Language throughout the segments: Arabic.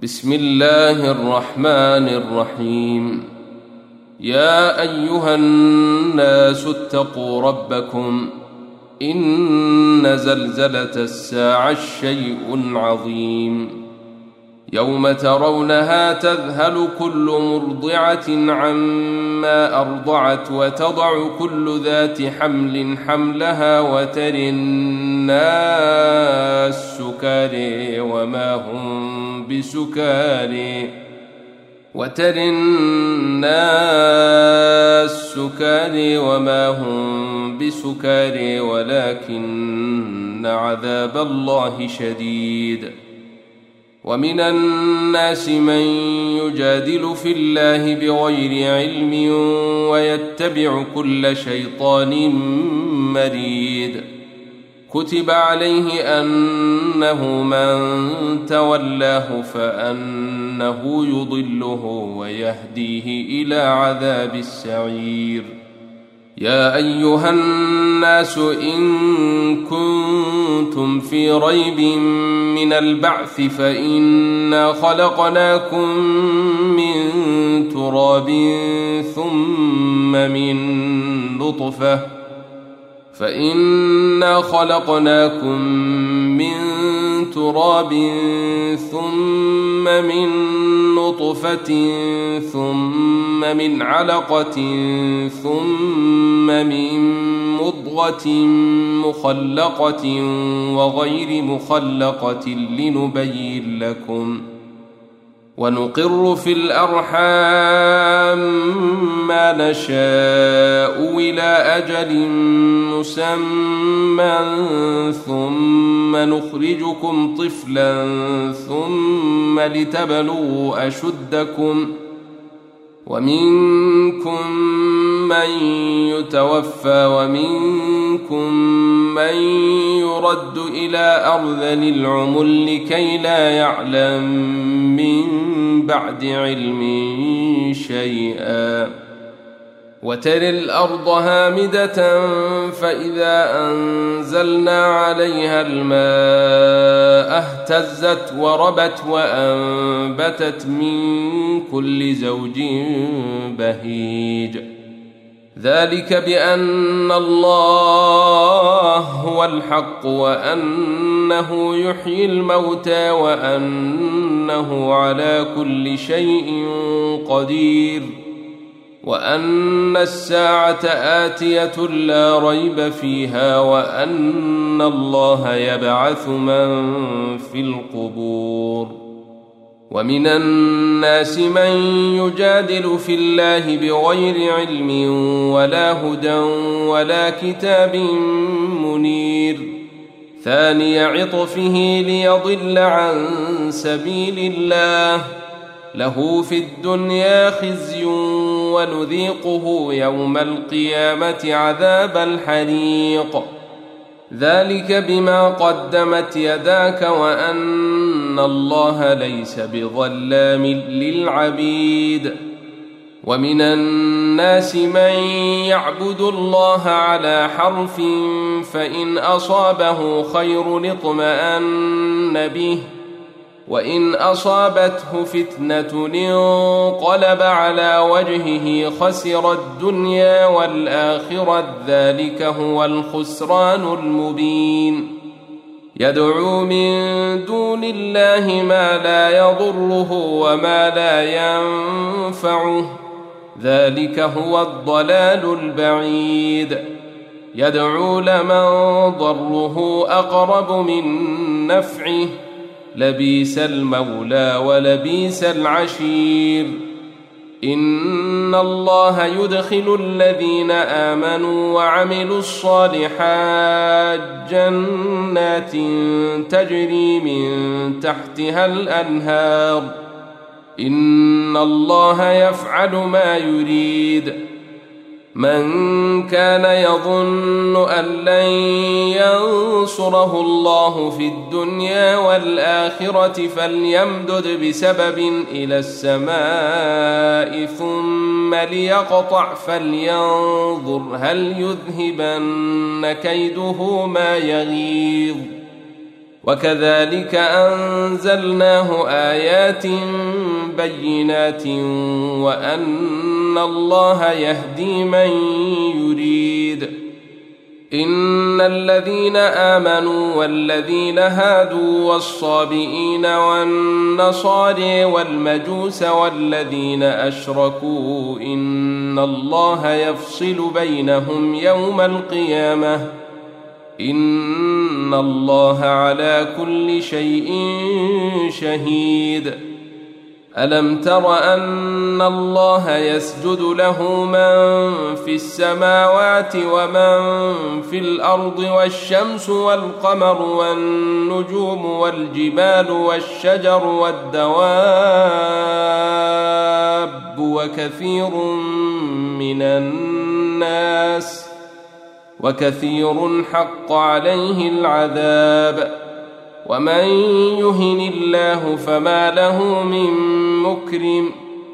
بسم الله الرحمن الرحيم. يا أيها الناس اتقوا ربكم إن زلزلة الساعة شيء عظيم يوم ترونها تذهل كل مرضعة عما أرضعت وتضع كل ذات حمل حملها وترى الناس سكارى وما هم بسكارى ولكن عذاب الله شديد. ومن الناس من يجادل في الله بغير علم ويتبع كل شيطان مريد. كتب عليه أنه من تولاه فأنه يضله ويهديه إلى عذاب السعير. يا أيها الناس إن كنتم في ريب من البعث فإنا خلقناكم من تراب ثم من نطفة ثم من علقة ثم من مضغة مخلقة وغير مخلقة لنبين لكم. ونقر في الأرحام ما نشاء إلى أجل مسمى ثم نخرجكم طفلا ثم لتبلغوا أشدكم. ومنكم من يتوفى ومنكم من يرد إلى أرذل العمر لكي لا يعلم من بعد علم شيئا. وترى الأرض هامدة فإذا أنزلنا عليها الماء اهتزت وربت وأنبتت من كل زوج بهيج. ذلك بأن الله هو الحق وأنه يحيي الموتى وأنه على كل شيء قدير وأن الساعة آتية لا ريب فيها وأن الله يبعث من في القبور. ومن الناس من يجادل في الله بغير علم ولا هدى ولا كتاب منير. ثاني عطفه ليضل عن سبيل الله له في الدنيا خزي ونذيقه يوم القيامة عذاب الحريق. ذلك بما قدمت يداك وأن الله ليس بظلام للعبيد. ومن الناس من يعبد الله على حرف فإن أصابه خير اطمأن به وإن أصابته فتنة انقلب على وجهه خسر الدنيا والآخرة ذلك هو الخسران المبين. يدعو من دون الله ما لا يضره وما لا ينفعه ذلك هو الضلال البعيد. يدعو لمن ضره أقرب من نفعه لبيس المولى ولبيس العشير. إن الله يدخل الذين آمنوا وعملوا الصالحات جنات تجري من تحتها الأنهار. إن الله يفعل ما يريد. من كان يظن أن لن ينصره الله في الدنيا والآخرة فليمدد بسبب إلى السماء ثم ليقطع فلينظر هل يذهبن كيده ما يغيظ. وكذلك أنزلناه آيات بينات وأن الله يهدي من يريد. إن الذين آمنوا والذين هادوا والصابئين والنصارى والمجوس والذين أشركوا إن الله يفصل بينهم يوم القيامة إن الله على كل شيء شهيد. ألم تر أن الله يسجد له من في السماوات ومن في الأرض والشمس والقمر والنجوم والجبال والشجر والدواب وكثير حق عليه العذاب ومن يهن الله فما له من مكرم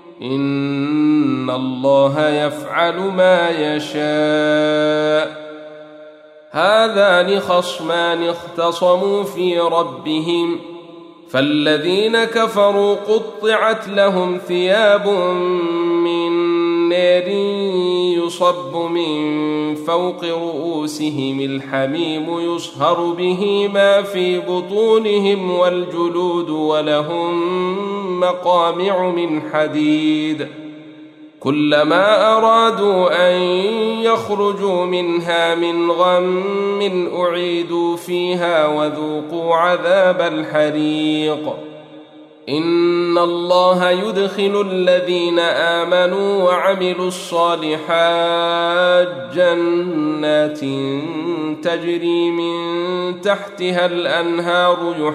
إن الله يفعل ما يشاء. هذان خصمان اختصموا في ربهم فالذين كفروا قطعت لهم ثياب من نار يصب من فوق رؤوسهم الحميم يصهر به ما في بطونهم والجلود ولهم مقامع من حديد كلما أرادوا أن يخرجوا منها من غم أعيدوا فيها وذوقوا عذاب الحريق. إن الله يدخل الذين آمنوا وعملوا الصالحات جنات تجري من تحتها الأنهار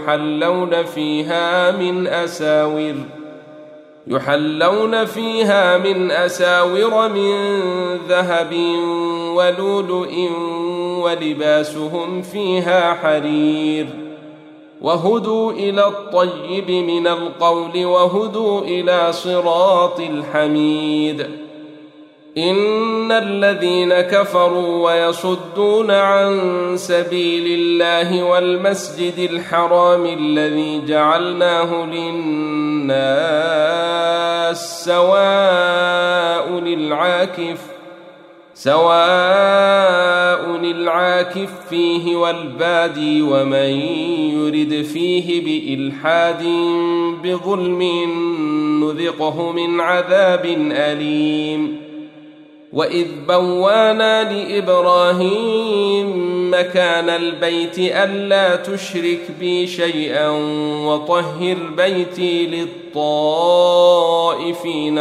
يحلون فيها من أساور من ذهب ولؤلؤ ولباسهم فيها حرير وهدوا إلى الطيب من القول وهدوا إلى صراط الحميد. إن الذين كفروا ويصدون عن سبيل الله والمسجد الحرام الذي جعلناه للناس سواء العاكف فيه والبادي ومن يرد فيه بإلحاد بظلم نذقه من عذاب أليم. وإذ بوانا لإبراهيم مكان البيت ألا تشرك بي شيئا وطهر بيتي للطائفين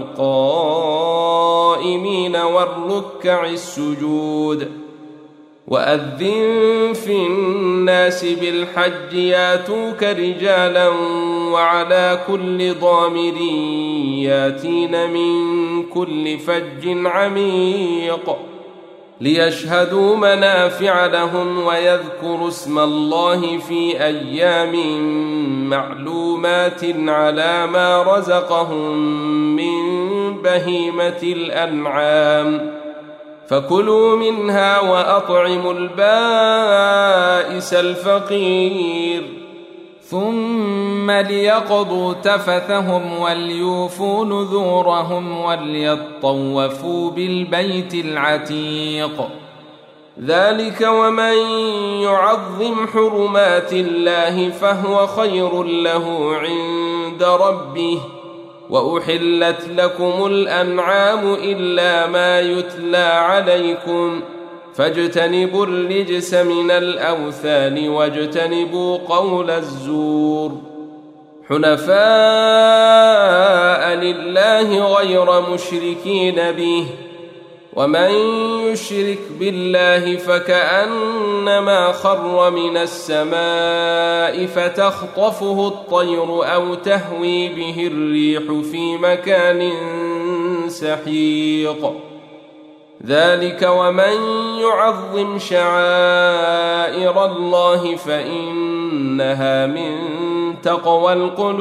والقائمين والركع السجود. وأذن في الناس بالحج ياتوك رجالا وعلى كل ضامر ياتين من كل فج عميق ليشهدوا منافع لهم ويذكروا اسم الله في أيام معلومات على ما رزقهم من بهيمة الأنعام فكلوا منها وأطعموا البائس الفقير ثم ليقضوا تفثهم وليوفوا نذورهم وليطوفوا بالبيت العتيق. ذلك ومن يعظم حرمات الله فهو خير له عند ربه. وأحلت لكم الأنعام إلا ما يتلى عليكم فاجتنبوا الرجس من الأوثان واجتنبوا قول الزور حنفاء لله غير مشركين به ومن يشرك بالله فكأنما خر من السماء فتخطفه الطير أو تهوي به الريح في مكان سحيق. ذلك ومن يعظم شعائر الله فإنها من تقوى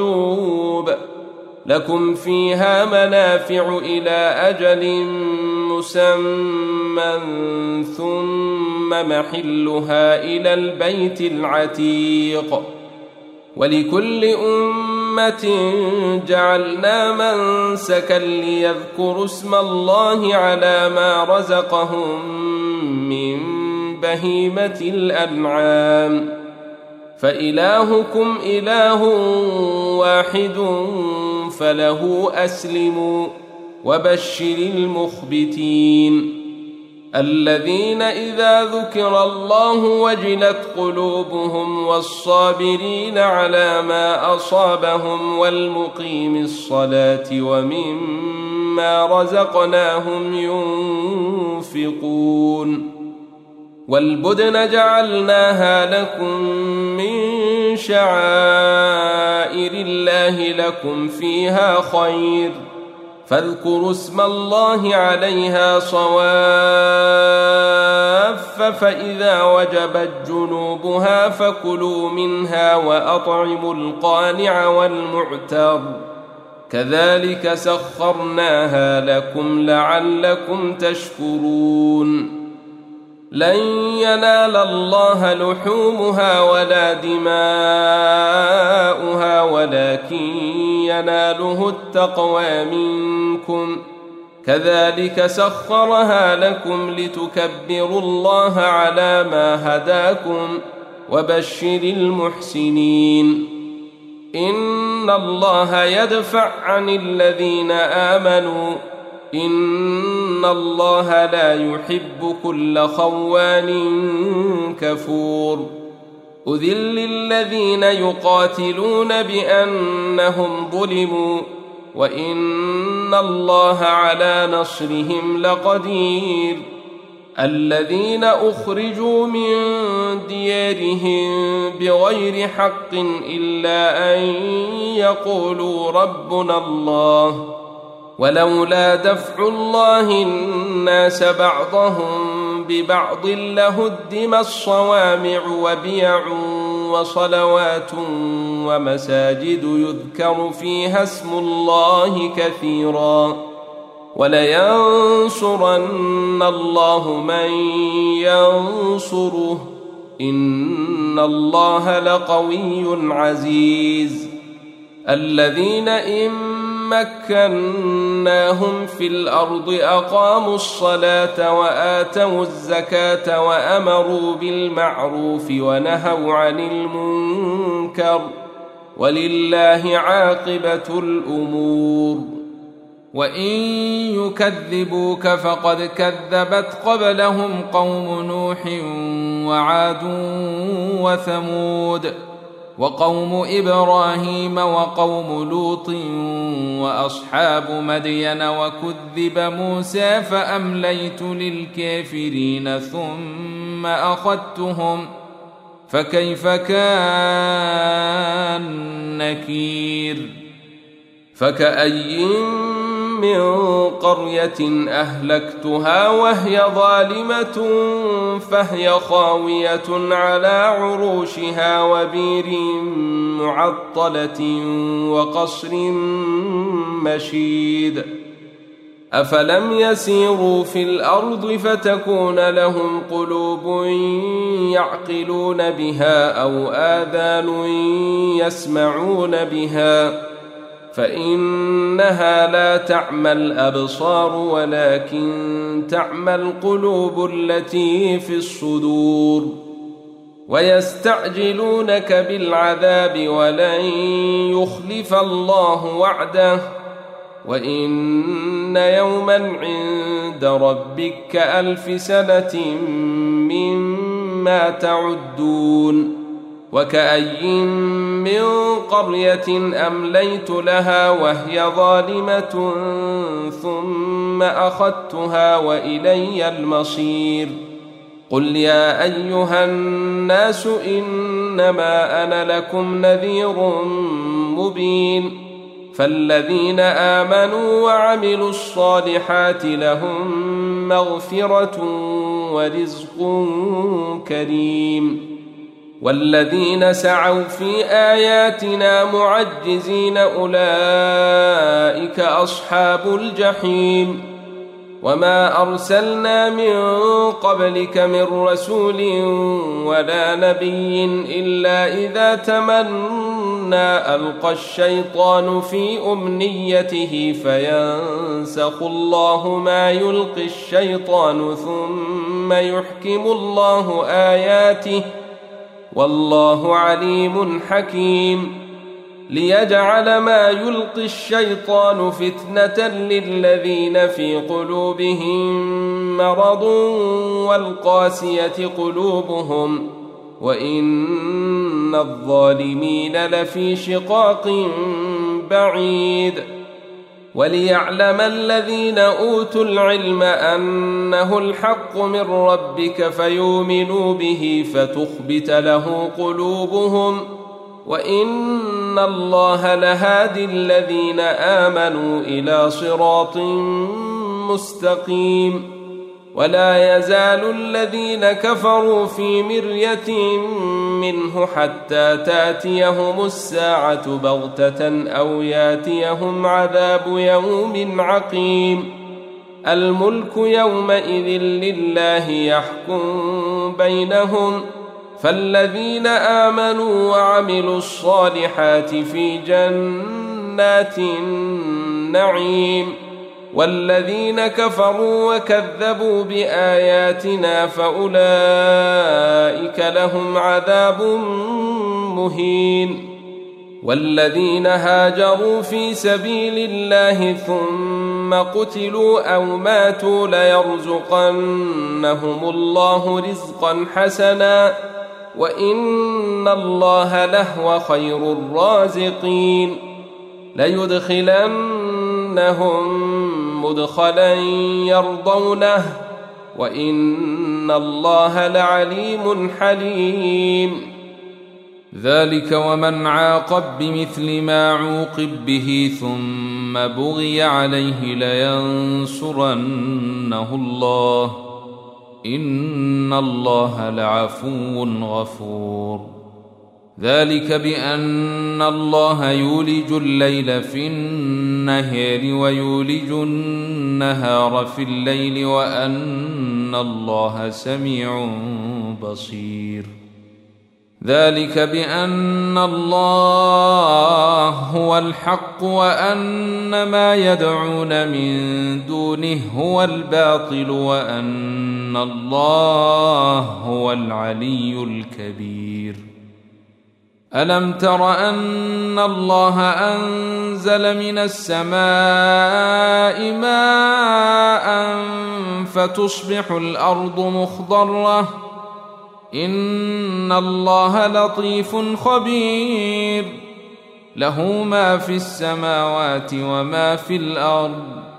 القلوب. لكم فيها منافع إلى أجل مسمى ثم محلها إلى البيت العتيق ولكل أمة جعلنا منسكا ليذكروا اسم الله على ما رزقهم من بهيمة الأنعام فإلهكم إله واحد فله أسلموا وبشر المخبتين الذين إذا ذكر الله وجلت قلوبهم والصابرين على ما أصابهم والمقيم الصلاة ومما رزقناهم ينفقون والبدن جعلناها لكم من شعائر الله لكم فيها خير فاذكروا اسم الله عليها صواف فإذا وجبت جنوبها فكلوا منها وأطعموا القانع والمعتر كذلك سخرناها لكم لعلكم تشكرون لن ينال الله لحومها ولا دماؤها ولكن يناله التقوى منكم كذلك سخرها لكم لتكبروا الله على ما هداكم وبشر المحسنين إن الله يدفع عن الذين آمنوا إن الله لا يحب كل خوان كفور أذل الذين يقاتلون بأنهم ظلموا وإن الله على نصرهم لقدير الذين أخرجوا من ديارهم بغير حق إلا أن يقولوا ربنا الله ولولا دفع الله الناس بعضهم ببعض لهدمت صوامع وبيع وصلوات ومساجد يذكر فيها اسم الله كثيرا ولينصرن الله من ينصره إن الله لقوي عزيز الذين إن مكناهم في الأرض أقاموا الصلاة وآتوا الزكاة وأمروا بالمعروف ونهوا عن المنكر ولله عاقبة الأمور وإن يكذبوك فقد كذبت قبلهم قوم نوح وعاد وثمود وقوم إبراهيم وقوم لوط وأصحاب مدين وكذب موسى فأمليت للكافرين ثم أخذتهم فكيف كان نكير فكأي من قرية أهلكتها وهي ظالمة فهي خاوية على عروشها وبير معطلة وقصر مشيد أفلم يسيروا في الأرض فتكون لهم قلوب يعقلون بها أو آذان يسمعون بها فإنها لا تعمى الأبصار ولكن تعمى القلوب التي في الصدور ويستعجلونك بالعذاب ولن يخلف الله وعده وإن يوما عند ربك كألف سنة مما تعدون وكأي من قرية أمليت لها وهي ظالمة ثم أخذتها وإلي المصير قل يا أيها الناس إنما أنا لكم نذير مبين فالذين آمنوا وعملوا الصالحات لهم مغفرة ورزق كريم والذين سعوا في آياتنا معجزين أولئك أصحاب الجحيم وما أرسلنا من قبلك من رسول ولا نبي إلا إذا تمنى ألقى الشيطان في أمنيته فينسخ الله ما يلقي الشيطان ثم يحكم الله آياته والله عليم حكيم ليجعل ما يلقي الشيطان فتنة للذين في قلوبهم مرض والقاسية قلوبهم وإن الظالمين لفي شقاق بعيد وليعلم الذين أوتوا العلم أنه الحق من ربك فيؤمنوا به فتخبت له قلوبهم وإن الله لهادي الذين آمنوا إلى صراط مستقيم ولا يزال الذين كفروا في مرية منه حتى تأتيهم الساعة بغتة أو يأتيهم عذاب يوم عقيم الملك يومئذ لله يحكم بينهم فالذين آمنوا وعملوا الصالحات في جنات النعيم والذين كفروا وكذبوا بآياتنا فأولئك لهم عذاب مهين والذين هاجروا في سبيل الله ثم قتلوا أو ماتوا ليرزقنهم الله رزقا حسنا وإن الله لهو خير الرازقين ليدخلنهم مدخلا يرضونه وإن الله لعليم حليم ذلك ومن عاقب بمثل ما عوقب به ثم بغي عليه لينصرنه الله إن الله لعفو غفور ذلك بأن الله يولج الليل في النهار ويولج النهار في الليل وأن الله سميع بصير ذلك بأن الله هو الحق وأن ما يدعون من دونه هو الباطل وأن الله هو العلي الكبير ألم تر أن الله أنزل من السماء ماء فتصبح الأرض مخضرة إن الله لطيف خبير له ما في السماوات وما في الأرض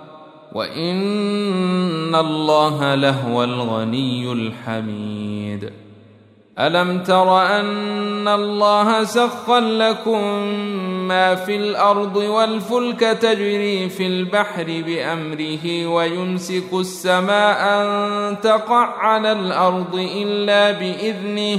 وإن الله لهو الغني الحميد ألم تر أن الله سخر لكم ما في الأرض والفلك تجري في البحر بأمره ويمسك السماء أن تقع على الأرض إلا بإذنه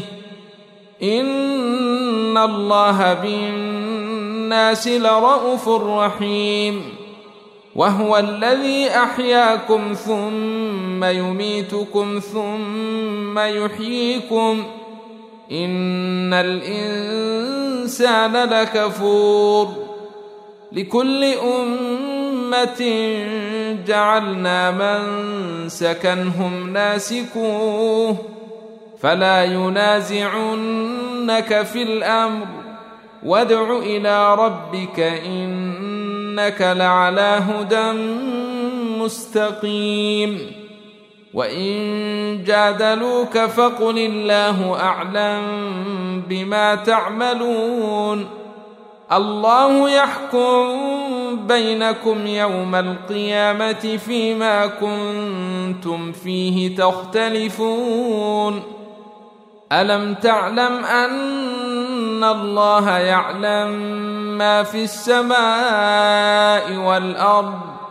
إن الله بالناس لرءوف رحيم وهو الذي أحياكم ثم يميتكم ثم يحييكم إن الإنسان لكفور لكل أمة جعلنا منسكنهم ناسكوه فلا ينازعنك في الأمر وادع إلى ربك إنك لعلى هدى مستقيم وإن جادلوك فقل الله أعلم بما تعملون الله يحكم بينكم يوم القيامة فيما كنتم فيه تختلفون ألم تعلم أن الله يعلم ما في السماء والأرض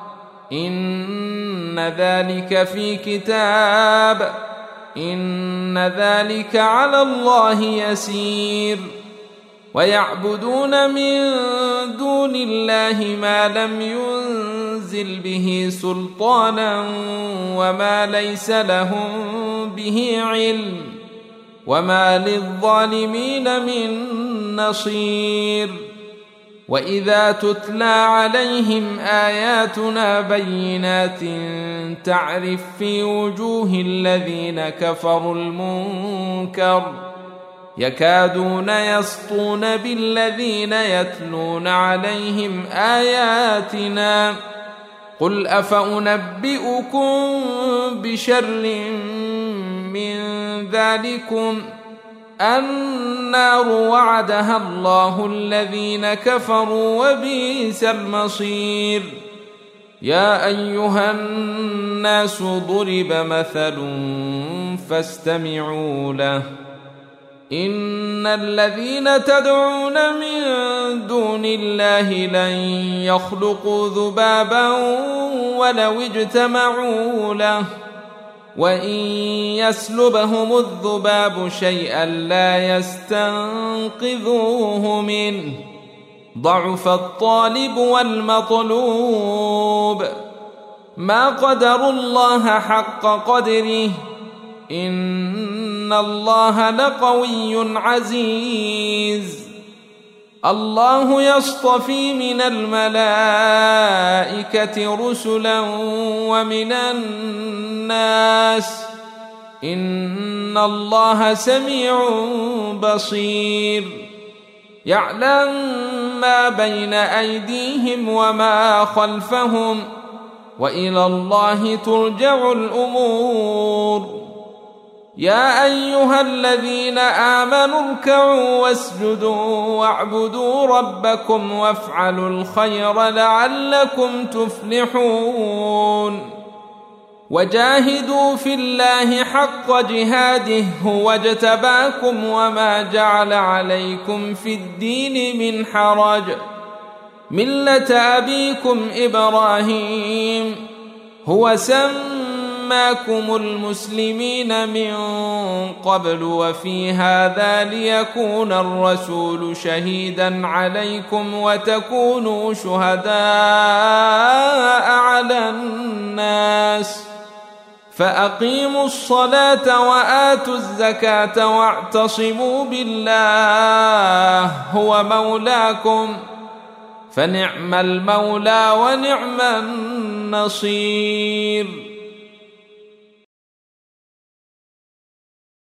إن ذلك في كتاب إن ذلك على الله يسير ويعبدون من دون الله ما لم ينزل به سلطانا وما ليس لهم به علم وما للظالمين من نصير. وإذا تتلى عليهم آياتنا بينات تعرف في وجوه الذين كفروا المنكر يكادون يسطون بالذين يتلون عليهم آياتنا قل أفأنبئكم بشر من ذلكم النار وعدها الله الذين كفروا وبئس المصير. يا أيها الناس ضرب مثل فاستمعوا له إن الذين تدعون من دون الله لن يخلقوا ذبابا ولو اجتمعوا له وإن يسلبهم الذباب شيئا لا يستنقذوه منه ضعف الطالب والمطلوب. ما قدروا الله حق قدره إن الله لقوي عزيز. الله يصطفي من الملائكة رسلا ومن الناس إن الله سميع بصير. يعلم ما بين أيديهم وما خلفهم وإلى الله ترجع الأمور. يا أيها الذين آمنوا اركعوا واسجدوا واعبدوا ربكم وافعلوا الخير لعلكم تفلحون. وجاهدوا في الله حق جهاده هو اجتباكم وما جعل عليكم في الدين من حرج ملة أبيكم إبراهيم هو سماكم المسلمين من قبل وفي هذا ليكون الرسول شهيدا عليكم وتكونوا شهداء على الناس فأقيموا الصلاة وآتوا الزكاة واعتصموا بالله هو مولاكم فنعم المولى ونعم النصير.